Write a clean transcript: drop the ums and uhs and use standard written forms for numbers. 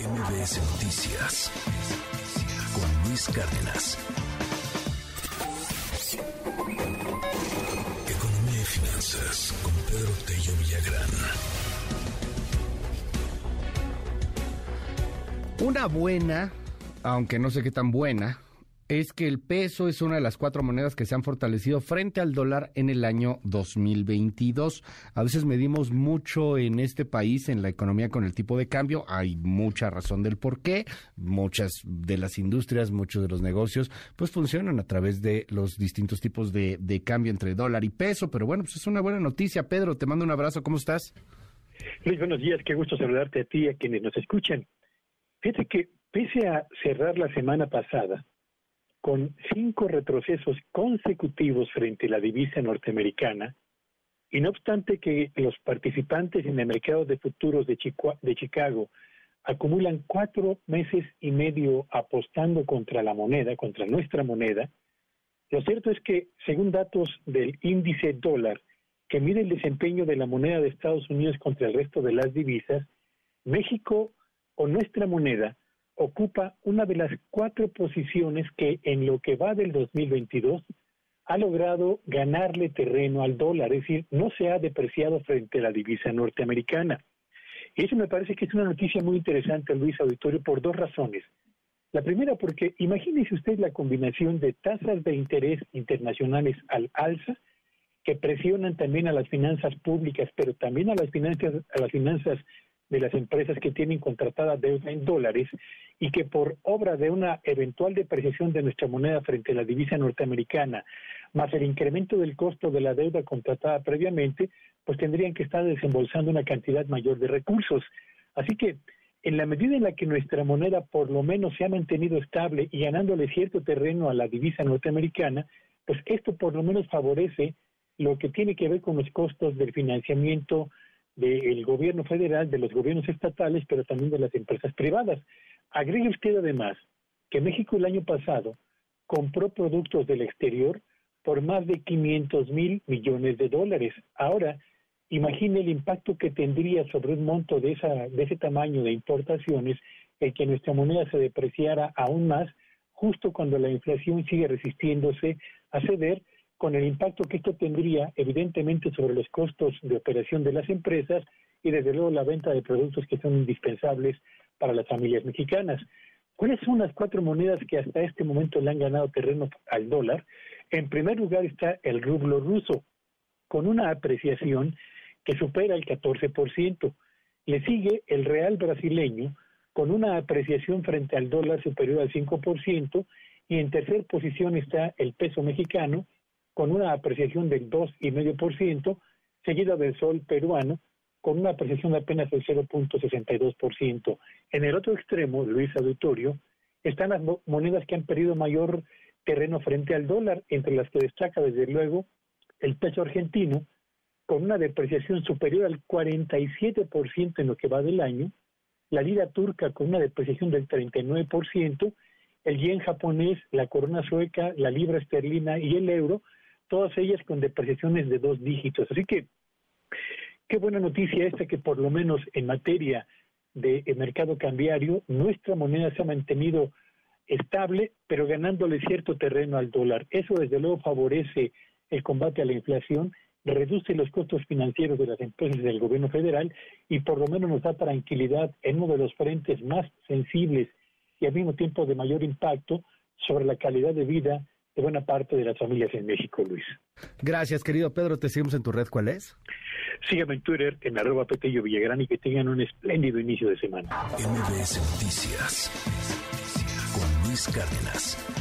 MBS Noticias con Luis Cárdenas. Economía y finanzas con Pedro Tello Villagrán. Una buena, aunque no sé qué tan buena, es que el peso es una de las 4 monedas que se han fortalecido frente al dólar en el año 2022. A veces medimos mucho en este país, en la economía, con el tipo de cambio. Hay mucha razón del por qué. Muchas de las industrias, muchos de los negocios, pues funcionan a través de los distintos tipos de cambio entre dólar y peso. Pero bueno, pues es una buena noticia. Pedro, te mando un abrazo. ¿Cómo estás? Luis, buenos días. Qué gusto saludarte a ti y a quienes nos escuchan. Fíjate que pese a cerrar la semana pasada con 5 retrocesos consecutivos frente a la divisa norteamericana, y no obstante que los participantes en el mercado de futuros de Chicago acumulan 4 meses y medio apostando contra la moneda, contra nuestra moneda, lo cierto es que, según datos del índice dólar, que mide el desempeño de la moneda de Estados Unidos contra el resto de las divisas, México o nuestra moneda ocupa una de las 4 posiciones que en lo que va del 2022 ha logrado ganarle terreno al dólar, es decir, no se ha depreciado frente a la divisa norteamericana. Y eso me parece que es una noticia muy interesante, Luis Auditorio, por 2 razones. La primera, porque imagínese usted la combinación de tasas de interés internacionales al alza, que presionan también a las finanzas públicas, pero también a las finanzas de las empresas que tienen contratada deuda en dólares, y que por obra de una eventual depreciación de nuestra moneda frente a la divisa norteamericana, más el incremento del costo de la deuda contratada previamente, pues tendrían que estar desembolsando una cantidad mayor de recursos. Así que, en la medida en la que nuestra moneda por lo menos se ha mantenido estable y ganándole cierto terreno a la divisa norteamericana, pues esto por lo menos favorece lo que tiene que ver con los costos del financiamiento del gobierno federal, de los gobiernos estatales, pero también de las empresas privadas. Agregue usted además que México el año pasado compró productos del exterior por más de 500,000 millones de dólares. Ahora, imagine el impacto que tendría sobre un monto de ese tamaño de importaciones el que nuestra moneda se depreciara aún más, justo cuando la inflación sigue resistiéndose a ceder, con el impacto que esto tendría evidentemente sobre los costos de operación de las empresas y desde luego la venta de productos que son indispensables para las familias mexicanas. ¿Cuáles son las 4 monedas que hasta este momento le han ganado terreno al dólar? En primer lugar está el rublo ruso, con una apreciación que supera el 14%. Le sigue el real brasileño, con una apreciación frente al dólar superior al 5%, y en tercer posición está el peso mexicano, con una apreciación del 2,5%, seguida del sol peruano, con una apreciación de apenas del 0,62%. En el otro extremo, Luis Auditorio, están las monedas que han perdido mayor terreno frente al dólar, entre las que destaca desde luego el peso argentino, con una depreciación superior al 47% en lo que va del año, la lira turca con una depreciación del 39%, el yen japonés, la corona sueca, la libra esterlina y el euro, todas ellas con depreciaciones de 2 dígitos. Así que, qué buena noticia esta, que por lo menos en materia de mercado cambiario, nuestra moneda se ha mantenido estable, pero ganándole cierto terreno al dólar. Eso desde luego favorece el combate a la inflación, reduce los costos financieros de las empresas y del gobierno federal, y por lo menos nos da tranquilidad en uno de los frentes más sensibles y al mismo tiempo de mayor impacto sobre la calidad de vida de buena parte de las familias en México, Luis. Gracias, querido Pedro. Te seguimos en tu red. ¿Cuál es? Sígueme en Twitter, en @Petello Villagrán, y que tengan un espléndido inicio de semana. MBS Noticias con Luis Cárdenas.